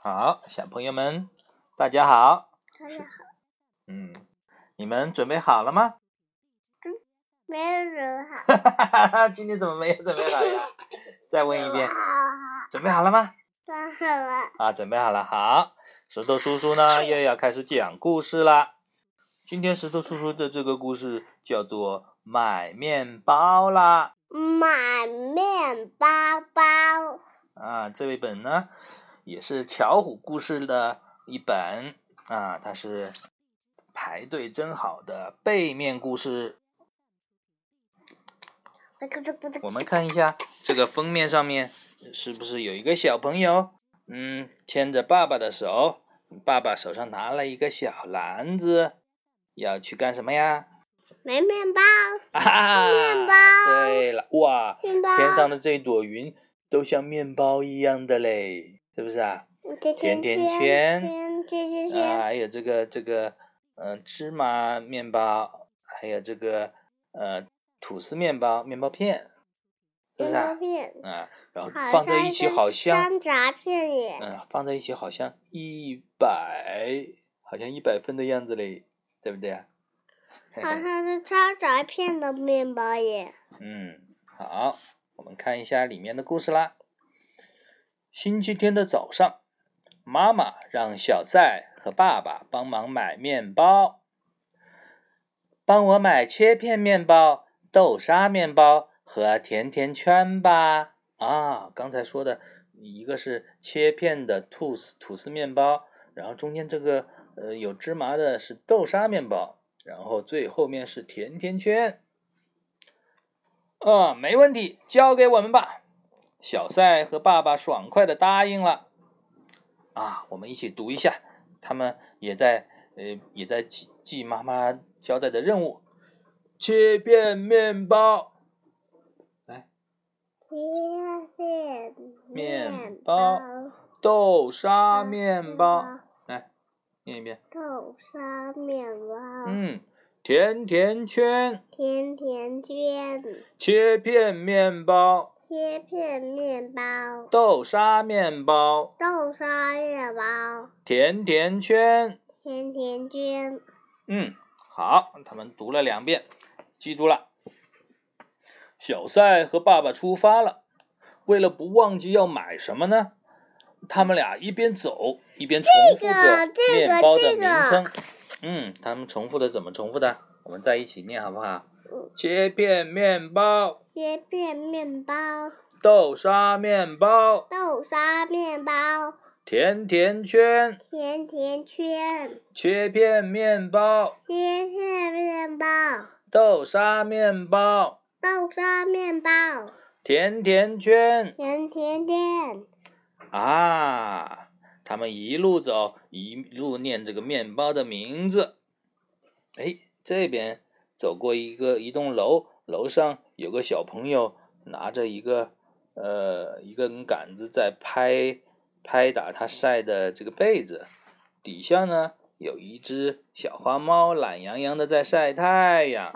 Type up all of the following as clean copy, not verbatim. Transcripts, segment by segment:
好，小朋友们，大家好。 大家好。 你们准备好了吗？ 没有准备好。 今天怎么没有准备好呀？再问一遍，准备好了吗？ 准备好了。 准备好了。好，石头叔叔呢又要开始讲故事啦。今天石头叔叔的这个故事叫做买面包啦。 买面包包。 这一本呢也是巧虎故事的一本它是排队真好的背面故事。我们看一下这个封面上面是不是有一个小朋友牵着爸爸的手，爸爸手上拿了一个小篮子，要去干什么呀？ 买面包。 面包。对了，哇， 面包天上的这朵云都像面包一样的嘞，是不是啊？甜甜圈，还有这个芝麻面包，还有这个吐司面包，面包片，是不是啊？然后放在一起好像山楂片耶。 放在一起好像100分的样子嘞，对不对啊？ 好像是山楂片的面包耶。 好，我们看一下里面的故事啦。星期天的早上，妈妈让小赛和爸爸帮忙买面包。帮我买切片面包、豆沙面包和甜甜圈吧。刚才说的一个是切片的吐司面包，然后中间这个有芝麻的是豆沙面包，然后最后面是甜甜圈。没问题，交给我们吧。小赛和爸爸爽快地答应了。我们一起读一下，他们也在记妈妈交代的任务。切片面包，来， 切片面包，豆沙面包，来，念一遍。 豆沙面包。 甜甜圈， 甜甜圈。 切片面包， 切片面包。 豆沙面包， 豆沙面包。 甜甜圈， 甜甜圈。 好，他们读了2遍，记住了。小赛和爸爸出发了，为了不忘记要买什么呢，他们俩一边走一边重复着面包的名称。他们重复的怎么重复的？我们在一起念好不好？切片面包， 切片面包， 豆沙面包， 豆沙面包， 甜甜圈， 甜甜圈， 切片面包， 切片面包， 豆沙面包， 豆沙面包， 甜甜圈， 甜甜圈。 他们一路走一路念这个面包的名字。这边走过一栋楼，楼上有个小朋友拿着一根杆子在拍打他晒的这个被子，底下呢有一只小花猫懒洋洋的在晒太阳。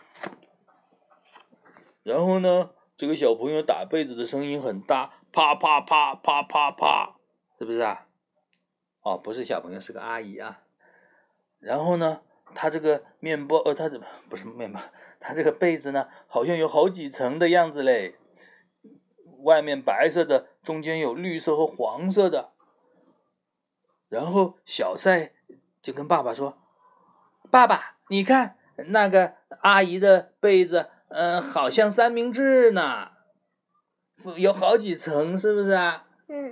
然后呢，这个小朋友打被子的声音很大，啪啪啪啪啪啪，是不是啊？不是小朋友，是个阿姨啊。然后呢，他这个面包，不是面包，他这个被子呢，好像有好几层的样子嘞。外面白色的，中间有绿色和黄色的。然后小赛就跟爸爸说：“爸爸，你看那个阿姨的被子，好像三明治呢，有好几层，是不是啊？”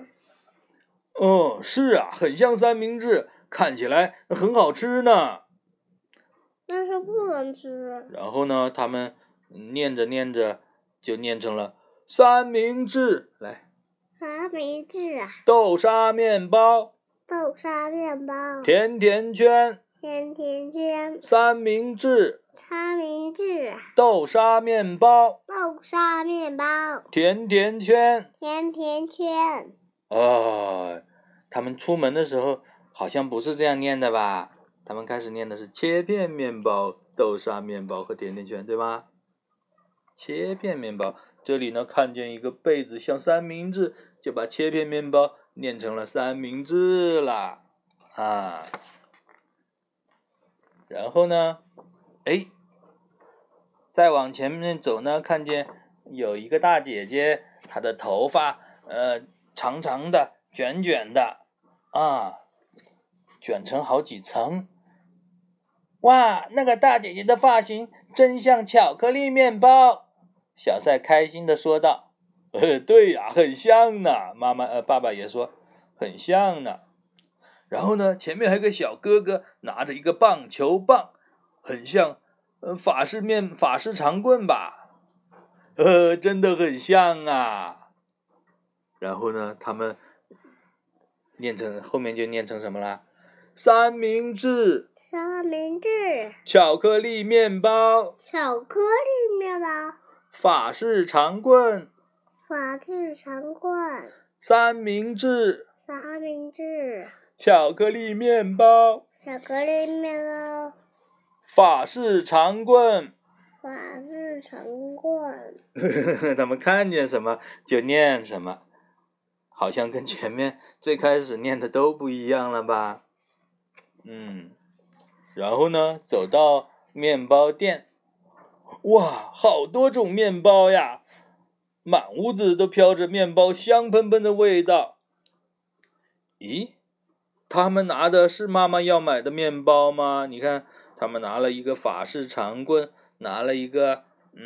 是啊，很像三明治，看起来很好吃呢。 但是不能吃。 然后呢，他们念着念着就念成了三明治。来， 三明治豆沙面包， 豆沙面包， 甜甜圈， 甜甜圈， 三明治， 三明治， 豆沙面包， 豆沙面包， 甜甜圈， 甜甜圈。 他们出门的时候好像不是这样念的吧？他们开始念的是切片面包、豆沙面包和甜甜圈，对吗？切片面包，这里呢看见一个被子像三明治，就把切片面包念成了三明治了啊。然后呢，再往前面走呢，看见有一个大姐姐，她的头发长长的、卷卷的啊，卷成好几层。哇，那个大姐姐的发型真像巧克力面包。小赛开心地说道：“对呀，很像呢。”爸爸也说很像呢。然后呢，前面还有个小哥哥拿着一个棒球棒，很像法式长棍吧？真的很像啊。然后呢，他们后面就念成什么了？三明治。 三明治。 巧克力面包。 巧克力面包。 法式长棍。 法式长棍。 三明治。 三明治。 巧克力面包。 巧克力面包。 法式长棍。 法式长棍。 他们看见什么就念什么，好像跟前面最开始念的都不一样了吧？然后呢，走到面包店，哇，好多种面包呀，满屋子都飘着面包香喷喷的味道。咦，他们拿的是妈妈要买的面包吗？你看，他们拿了一个法式长棍，拿了一个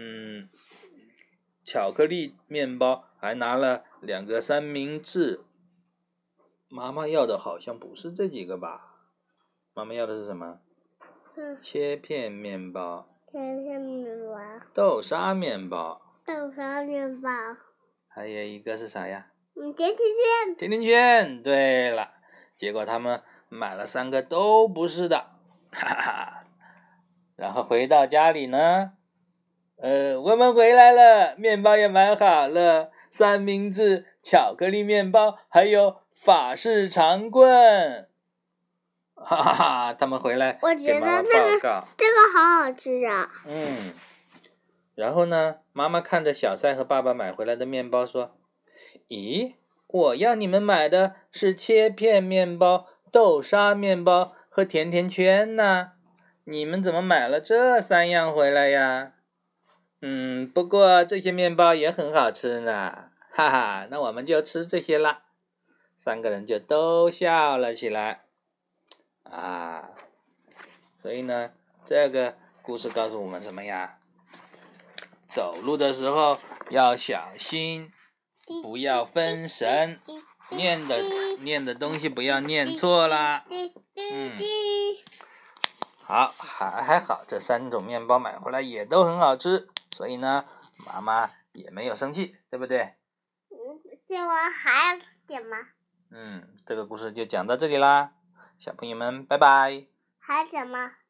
巧克力面包，还拿了2个三明治。妈妈要的好像不是这几个吧？妈妈要的是什么？切片面包。 切片面包。 豆沙面包。 豆沙面包。 还有一个是啥呀？ 甜甜圈。 甜甜圈。对了，结果他们买了3个都不是的，哈哈。然后回到家里呢，我们回来了，面包也买好了，三明治、巧克力面包，还有法式长棍。哈哈哈！他们回来给妈妈报告， 这个好好吃啊。 然后呢，妈妈看着小赛和爸爸买回来的面包说：“咦，我要你们买的是切片面包、豆沙面包和甜甜圈呢，你们怎么买了这3样回来呀？”不过这些面包也很好吃呢，哈哈，那我们就吃这些啦。3个人就都笑了起来。所以呢，这个故事告诉我们什么呀？走路的时候要小心，不要分神，念的东西不要念错啦。好，还好，这3种面包买回来也都很好吃，所以呢，妈妈也没有生气，对不对？ 这我还要点吗？ 这个故事就讲到这里啦，小朋友们，拜拜。 还有什么？